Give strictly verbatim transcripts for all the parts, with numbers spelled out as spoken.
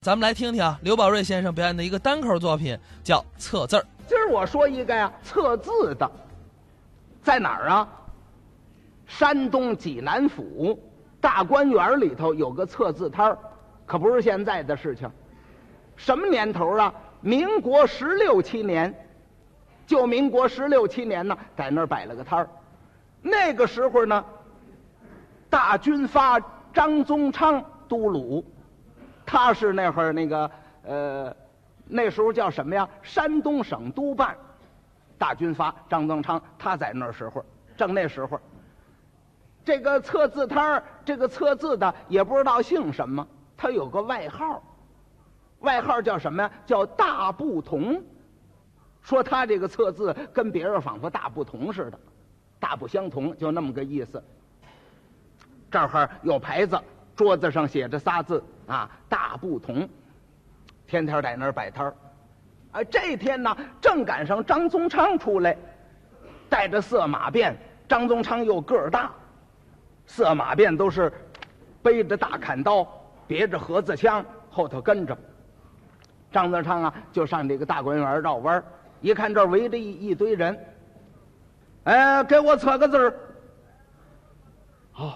咱们来听听啊，刘宝瑞先生表演的一个单口作品，叫《测字儿》。 今儿我说一个呀，测字的，在哪儿啊？山东济南府大观园里头有个测字摊儿，可不是现在的事情。什么年头啊？民国十六七年，就民国十六七年呢，在那儿摆了个摊儿。那个时候呢，大军阀张宗昌都鲁。他是那会儿那个呃，那时候叫什么呀？山东省督办，大军阀张宗昌，他在那时候，正那时候，这个测字摊儿，这个测字的也不知道姓什么，他有个外号，外号叫什么呀？叫大不同。说他这个测字跟别人仿佛大不同似的，大不相同，就那么个意思。这儿有牌子，桌子上写着仨字啊，大不同。天天在那儿摆摊儿，啊，这天呢正赶上张宗昌出来，带着色马鞭。张宗昌又个儿大，色马鞭都是背着大砍刀，别着盒子枪，后头跟着。张宗昌啊，就上这个大观园绕弯，一看这儿围着一一堆人，哎，给我测个字儿。哦。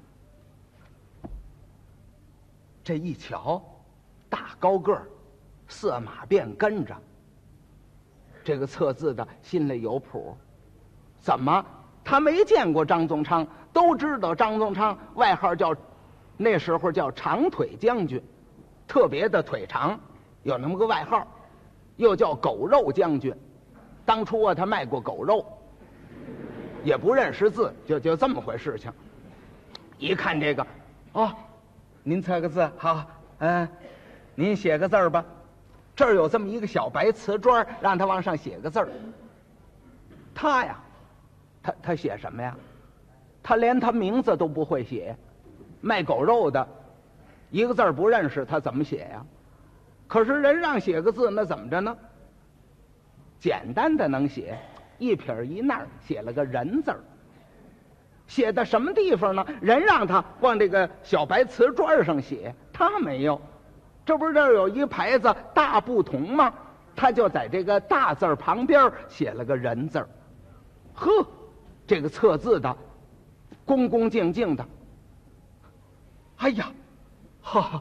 这一瞧，大高个儿，色马鞭跟着。这个测字的心里有谱，怎么他没见过张宗昌？都知道张宗昌外号叫，那时候叫长腿将军，特别的腿长，有那么个外号，又叫狗肉将军。当初啊，他卖过狗肉，也不认识字，就就这么回事情。一看这个，哦。您测个字好，嗯，您写个字儿吧。这儿有这么一个小白瓷砖，让他往上写个字儿。他呀，他他写什么呀？他连他名字都不会写。卖狗肉的，一个字儿不认识，他怎么写呀？可是人让写个字，那怎么着呢？简单的能写，一撇一捺写了个人字儿。写在什么地方呢？人让他往这个小白瓷砖上写，他没有。这不是这儿有一牌子大不同吗？他就在这个大字旁边写了个人字儿。呵，这个测字的恭恭敬敬的。哎呀，哈，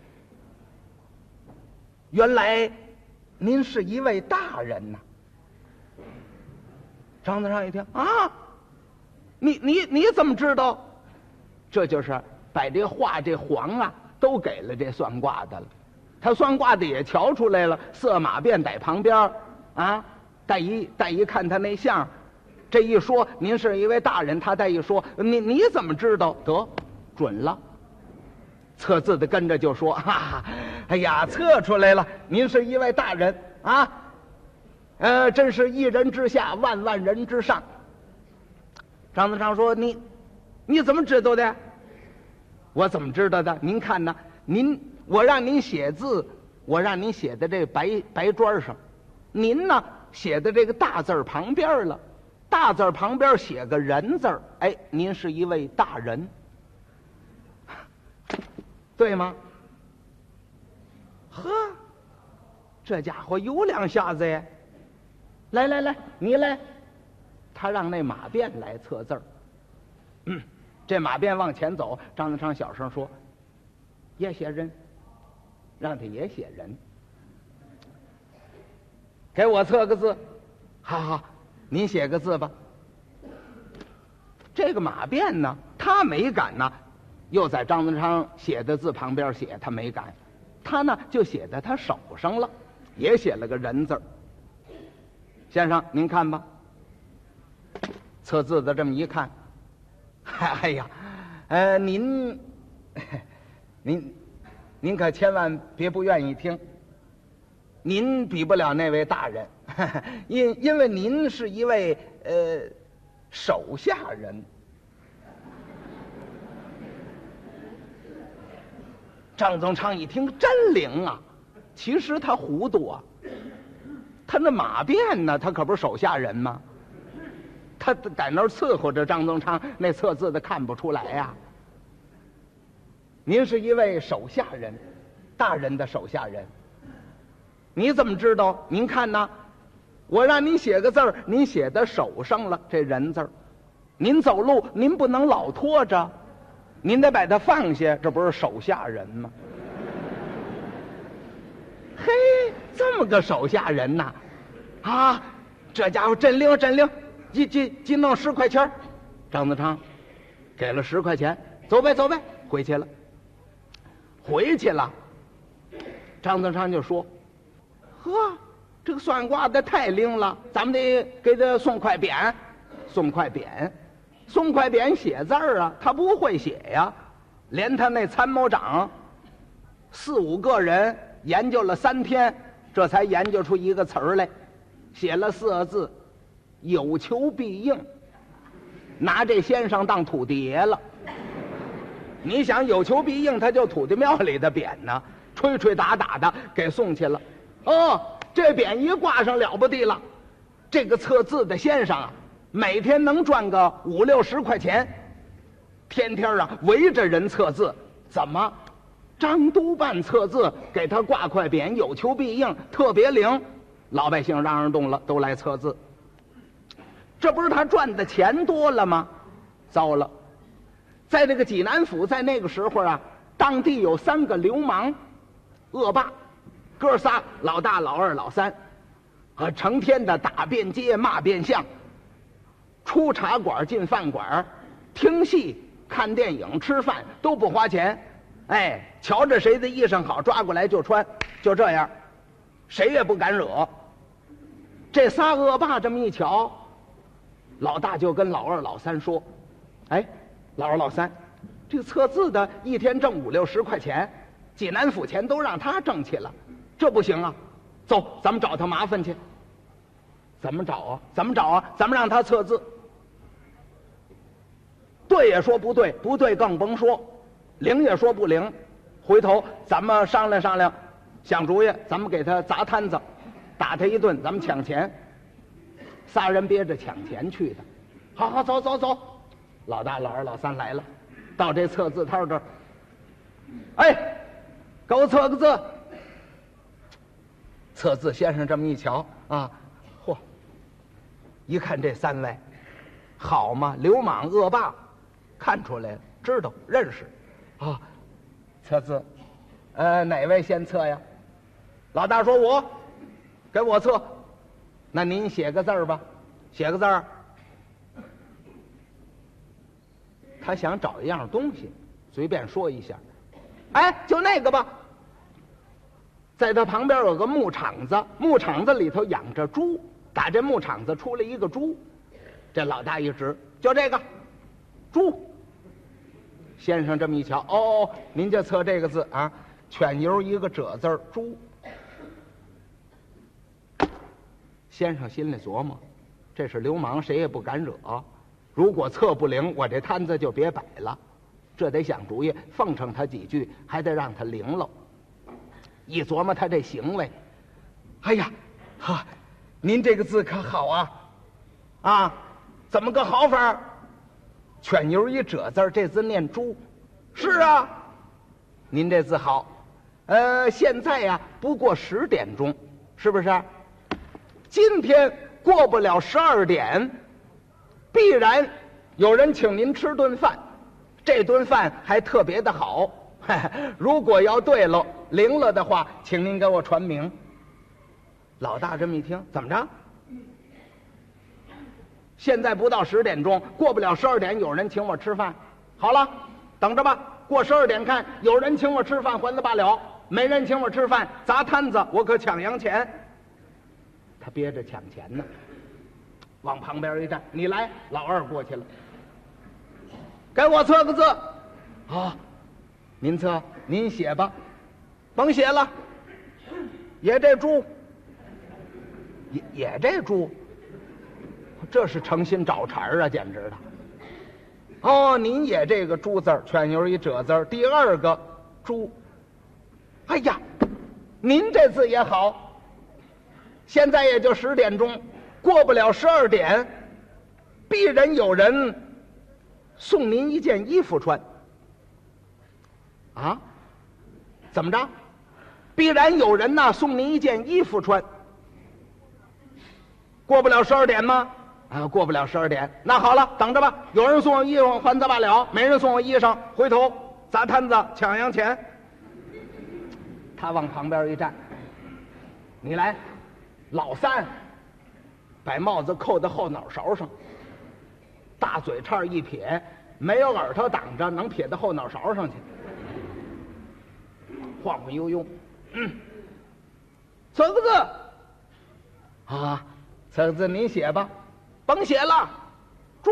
原来您是一位大人呐。张宗昌一听啊，你你你怎么知道？这就是把这画这黄啊都给了这算卦的了。他算卦的也瞧出来了，色马鞭在旁边啊，再一再一看他那相，这一说您是一位大人，他再一说你你怎么知道？得准了。测字的跟着就说哈哈，哎呀，测出来了，您是一位大人啊，呃，真是一人之下，万万人之上。张宗昌说：“你，你怎么知道的？我怎么知道的？您看呢？您，我让您写字，我让您写在这白白砖上，您呢写在这个大字旁边了，大字旁边写个人字儿，哎，您是一位大人，对吗？呵，这家伙有两下子呀！来来来，你来。”他让那马鞭来测字儿，嗯，这马鞭往前走，张宗昌小声说：“也写人，让他也写人，给我测个字。好好，您写个字吧。”这个马鞭呢，他没敢呢，又在张宗昌写的字旁边写，他没敢，他呢就写在他手上了，也写了个人字儿。先生，您看吧。测字的这么一看，哎呀，呃，您，您，您可千万别不愿意听。您比不了那位大人，因因为您是一位呃手下人。张宗昌一听真灵啊，其实他糊涂啊，他那马鞭呢，他可不是手下人吗？他在那儿伺候着张宗昌，那测字的看不出来呀、啊。您是一位手下人， 大人的手下人。你怎么知道？您看呐，我让您写个字儿，您写在手上了，这人字儿。您走路您不能老拖着，您得把它放下，这不是手下人吗？嘿，这么个手下人呐，啊，这家伙真灵真灵，一几几弄十块钱。张子昌给了十块钱，走呗走呗，回去了。回去了，张子昌就说：“呵，这个算卦的太灵了，咱们得给他送块匾，送块匾。”送块匾写字儿啊，他不会写呀，连他那参谋长四五个人研究了三天，这才研究出一个词儿来，写了四个字：有求必应。拿这先生当土地爷了。你想有求必应，他就土地庙里的匾呢，吹吹打打的给送去了。哦，这匾一挂上了不地了，这个测字的先生啊，每天能赚个五六十块钱，天天啊围着人测字。怎么？张督办测字，给他挂块匾，有求必应，特别灵。老百姓嚷嚷动了，都来测字。这不是他赚的钱多了吗？糟了，在这个济南府，在那个时候啊，当地有三个流氓恶霸，哥仨，老大、老二、老三，啊，成天的打遍街，骂遍巷。出茶馆进饭馆，听戏看电影吃饭都不花钱，哎，瞧着谁的衣裳好抓过来就穿，就这样，谁也不敢惹。这仨恶霸这么一瞧，老大就跟老二老三说：“哎，老二老三，这个测字的一天挣五六十块钱，济南府钱都让他挣去了，这不行啊！走，咱们找他麻烦去。怎么找啊？怎么找啊？咱们让他测字。对也说不对，不对更甭说，灵也说不灵。回头咱们商量商量，想主意，咱们给他砸摊子，打他一顿，咱们抢钱。”仨人憋着抢钱去的。好好，走走走。老大、老二、老三来了，到这测字摊这儿，哎，给我测个字。测字先生这么一瞧啊，嚯，一看这三位，好嘛，流氓恶霸，看出来了，知道认识啊。测字，呃，哪位先测呀？老大说：“我，给我测。”那您写个字儿吧，写个字儿。他想找一样东西，随便说一下。哎，就那个吧。在他旁边有个牧场子，牧场子里头养着猪，打这牧场子出来一个猪。这老大一指，就这个猪。先生这么一瞧，哦，您就测这个字啊，犬牛一个褶字儿，猪。先生心里琢磨，这是流氓，谁也不敢惹。如果测不灵，我这摊子就别摆了。这得想主意，奉承他几句，还得让他灵了。一琢磨他这行为，哎呀，哈，您这个字可好啊！啊，怎么个好法？犬牛一褶字，这字念猪。是啊，您这字好。呃，现在呀、啊，不过十点钟，是不是？今天过不了十二点，必然有人请您吃顿饭，这顿饭还特别的好。如果要对了灵了的话，请您给我传名。老大这么一听，怎么着？现在不到十点钟，过不了十二点，有人请我吃饭。好了，等着吧，过十二点看，有人请我吃饭还了罢了，没人请我吃饭，砸摊子，我可抢洋钱。他憋着抢钱呢，往旁边一站，你来。老二过去了，给我测个字。啊、哦，您测，您写吧，甭写了。也这猪，也也这猪，这是诚心找茬啊，简直的。哦，您也这个猪字儿，犬牛一褶字儿，第二个猪。哎呀，您这字也好。现在也就十点钟，过不了十二点，必然有人送您一件衣服穿。啊？怎么着？ 必然有人呐送您一件衣服穿。过不了十二点吗？啊，过不了十二点。那好了，等着吧。有人送我衣裳还则罢了，没人送我衣裳，回头砸摊子抢洋钱。他往旁边一站，你来，老三，把帽子扣在后脑勺上，大嘴叉一撇，没有耳朵挡着，能撇到后脑勺上去，晃晃悠悠。嗯，测个字啊，测个字您写吧，甭写了，猪。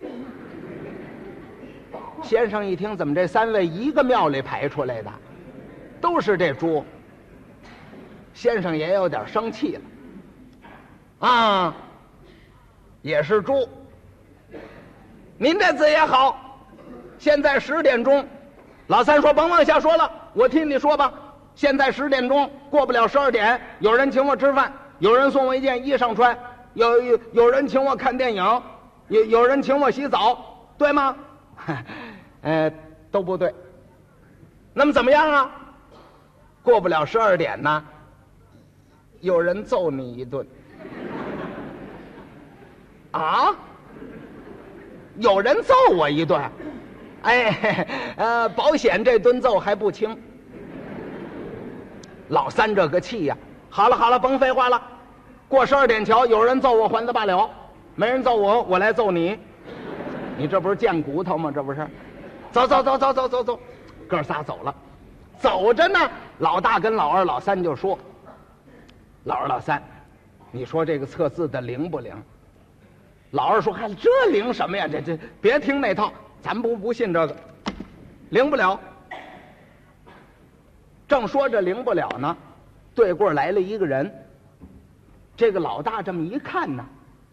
先生一听，怎么这三位一个庙里排出来的，都是这猪？先生也有点生气了，啊，也是猪。您这字也好，现在十点钟，老三说甭往下说了，我听你说吧。现在十点钟，过不了十二点，有人请我吃饭，有人送我一件衣裳穿，有有有人请我看电影，有有人请我洗澡，对吗？呃，都不对。那么怎么样啊？过不了十二点呢，有人揍你一顿。啊？有人揍我一顿？哎，呃，保险这顿揍还不轻。老三这个气呀、啊！好了好了，甭废话了，过十二点瞧，有人揍我还则罢了，没人揍我，我来揍你。你这不是贱骨头吗？这不是？走走走走走走走，哥仨走了。走着呢，老大跟老二、老三就说：“老二、老三，你说这个测字的灵不灵？”老二说：“嗨，这灵什么呀？这这别听那套，咱不不信这个，灵不了。”正说着灵不了呢，对过来了一个人。这个老大这么一看呢，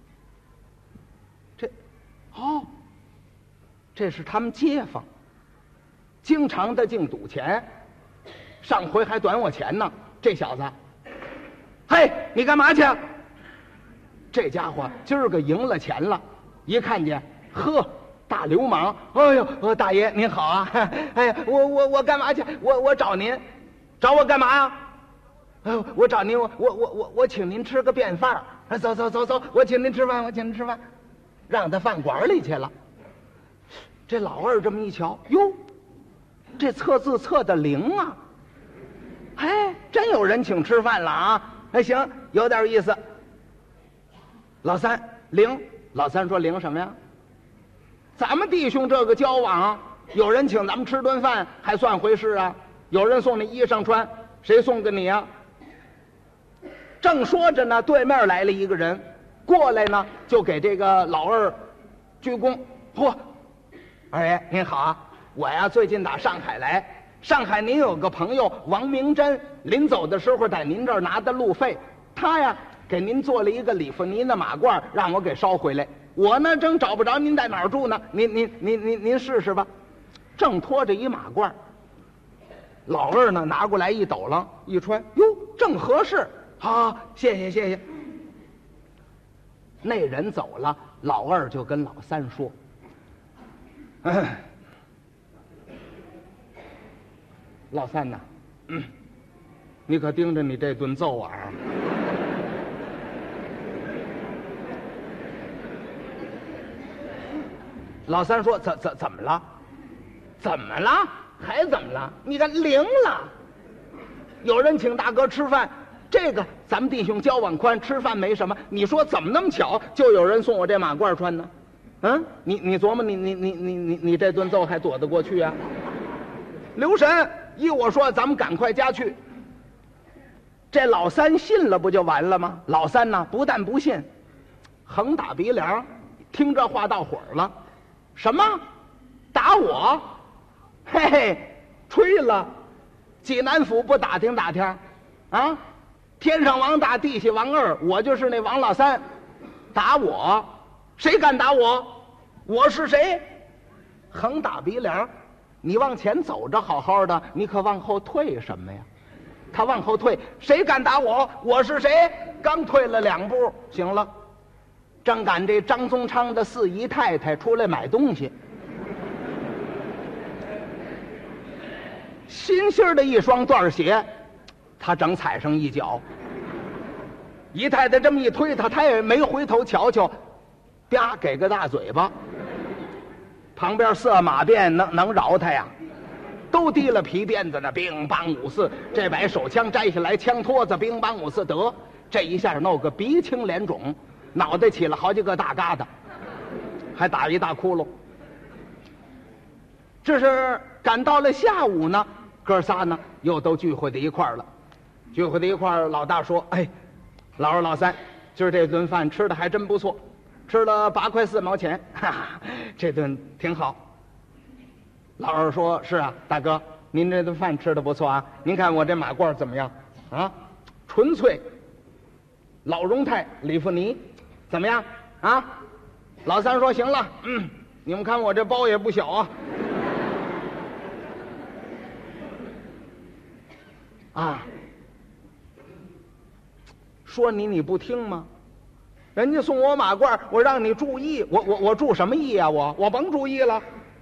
这，哦，这是他们街坊，经常的净赌钱，上回还短我钱呢。这小子，嘿，你干嘛去？这家伙今儿个赢了钱了，一看见，呵，大流氓！哎呦，大爷您好啊！哎呀，我我我干嘛去？我我找您。找我干嘛呀？哎，我找您，我我我我我请您吃个便饭。走走走走，我请您吃饭，我请您吃饭，让他饭馆里去了。这老二这么一瞧，哟，这测字测的灵啊！哎，真有人请吃饭了啊！哎，行，有点意思。老三灵，老三说灵什么呀？咱们弟兄这个交往，有人请咱们吃顿饭，还算回事啊？有人送你衣裳穿，谁送给你啊？正说着呢，对面来了一个人，过来呢就给这个老二鞠躬。嚯，二爷您好啊，我呀最近打上海来，上海您有个朋友王明珍，临走的时候在您这儿拿的路费，他呀给您做了一个里弗尼的马褂，让我给捎回来。我呢正找不着您在哪儿住呢，您您您您您试试吧。正拖着一马褂，老二呢拿过来一抖楞一穿，哟，正合适。好，谢谢谢谢。那人走了，老二就跟老三说：“哎，老三呐，嗯，你可盯着你这顿揍啊！”老三说：“怎怎怎么了？怎么了？还怎么了？你看灵了！有人请大哥吃饭，这个咱们弟兄交往宽，吃饭没什么。你说怎么那么巧，就有人送我这马褂穿呢？嗯，你你琢磨，你你你你你你这顿揍还躲得过去啊？留神！依我说，咱们赶快家去。这老三信了，不就完了吗？老三呢，不但不信，横打鼻梁，听这话到火了。什么？打我？嘿嘿，吹了！济南府不打听打听，啊？天上王大，地下王二，我就是那王老三。打我？谁敢打我？我是谁？横打鼻梁，你往前走着好好的，你可往后退什么呀？他往后退，谁敢打我？我是谁？刚退了两步，行了。正赶这张宗昌的四姨太太出来买东西，新新的一双缎鞋， 他整踩上一脚。姨太太这么一推他，他也没回头瞧瞧，啪给个大嘴巴。旁边色马鞭能能饶他呀？都提了皮鞭子呢，乒乓五四，这把手枪摘下来，枪托子乒乓五四，得这一下弄个鼻青脸肿，脑袋起了好几个大疙瘩，还打一大窟窿。这是赶到了下午呢，哥仨呢又都聚会在一块儿了。聚会在一块儿，老大说：“哎，老二老三，今儿这顿饭吃的还真不错，吃了八块四毛钱，哈哈，这顿挺好。”老二说：“是啊，大哥，您这顿饭吃的不错啊。您看我这马褂怎么样？啊，纯粹老荣泰里弗尼，怎么样啊？”老三说：“行了，嗯，你们看我这包也不小啊。”啊，说你你不听吗？人家送我马褂，我让你注意，我我我注什么意啊？我我甭注意了。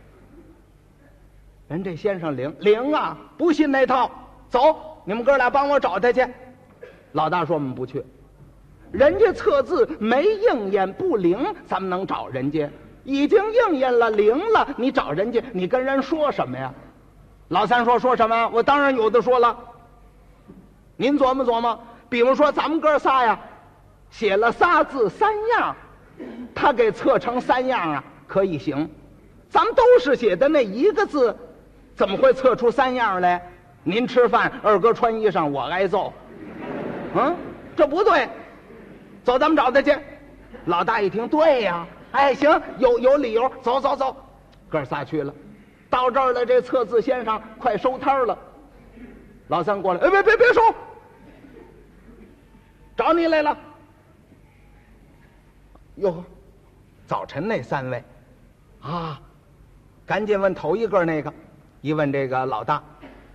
人这先生灵灵啊，不信那套，走，你们哥俩帮我找他去。老大说：“我们不去，人家测字没应验不灵，咱们能找人家？已经应验了灵了，你找人家，你跟人说什么呀？”老三说：“说什么？我当然有的说了。您琢磨琢磨，比方说咱们哥仨呀，写了仨字三样，他给测成三样啊，可以行。咱们都是写的那一个字，怎么会测出三样来？您吃饭，二哥穿衣裳，我挨揍。嗯，这不对。走，咱们找他去。”老大一听，对呀，哎，行，有有理由，走走走，哥仨去了。到这儿了，这测字先生快收摊了。老三过来，哎，别别别收，找你来了。哟，早晨那三位啊，赶紧问头一个那个，一问这个老大，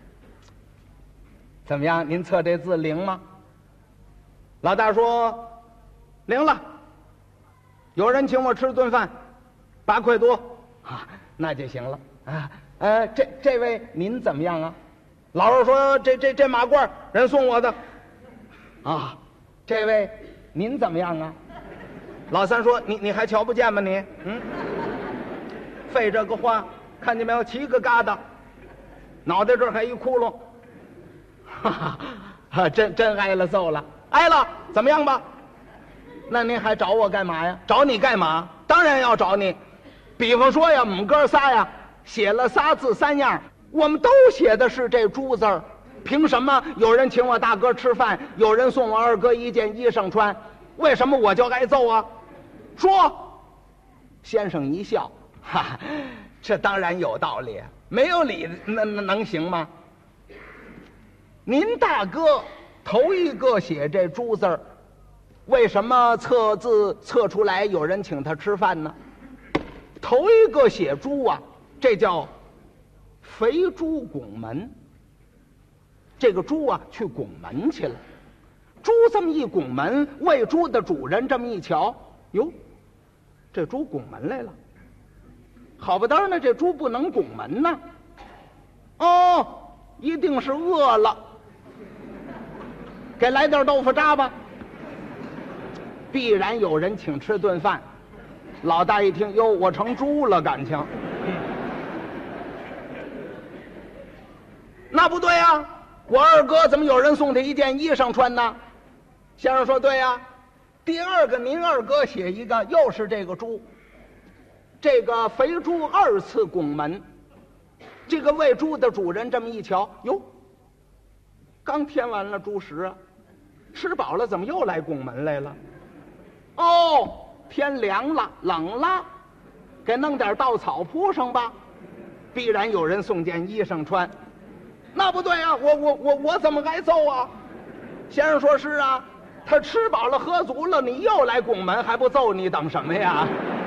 怎么样？您测这字灵吗？老大说灵了，有人请我吃顿饭，八块多啊，那就行了啊。呃，这这位您怎么样啊？老二说：“这这这马褂人送我的。”啊，这位您怎么样啊？老三说：“你你还瞧不见吗你？嗯，费这个话，看见没有？七个疙瘩，脑袋这儿还一窟窿，哈哈，真真挨了揍了，挨了，怎么样吧？那您还找我干嘛呀？找你干嘛？当然要找你。比方说呀，我们哥仨呀，写了仨字三样。”我们都写的是这猪字儿，凭什么有人请我大哥吃饭，有人送我二哥一件衣裳穿，为什么我就挨揍啊？说，先生一笑，哈哈，这当然有道理，没有理那那能行吗？您大哥头一个写这猪字儿，为什么测字测出来有人请他吃饭呢？头一个写猪啊，这叫肥猪拱门。这个猪啊去拱门去了，猪这么一拱门，喂猪的主人这么一瞧，哟，这猪拱门来了，好不当呢，这猪不能拱门呢，哦，一定是饿了，给来点豆腐渣吧，必然有人请吃顿饭。老大一听，哟，我成猪了，感情。那不对呀、啊，我二哥怎么有人送他一件衣裳穿呢？先生说对呀、啊。第二个，您二哥写一个，又是这个猪，这个肥猪二次拱门。这个喂猪的主人这么一瞧，哟，刚添完了猪食啊，吃饱了怎么又来拱门来了？哦，天凉了，冷了，给弄点稻草铺上吧，必然有人送件衣裳穿。那不对啊，我我我我怎么挨揍啊？先生说是啊，他吃饱了喝足了，你又来拱门，还不揍你，等什么呀？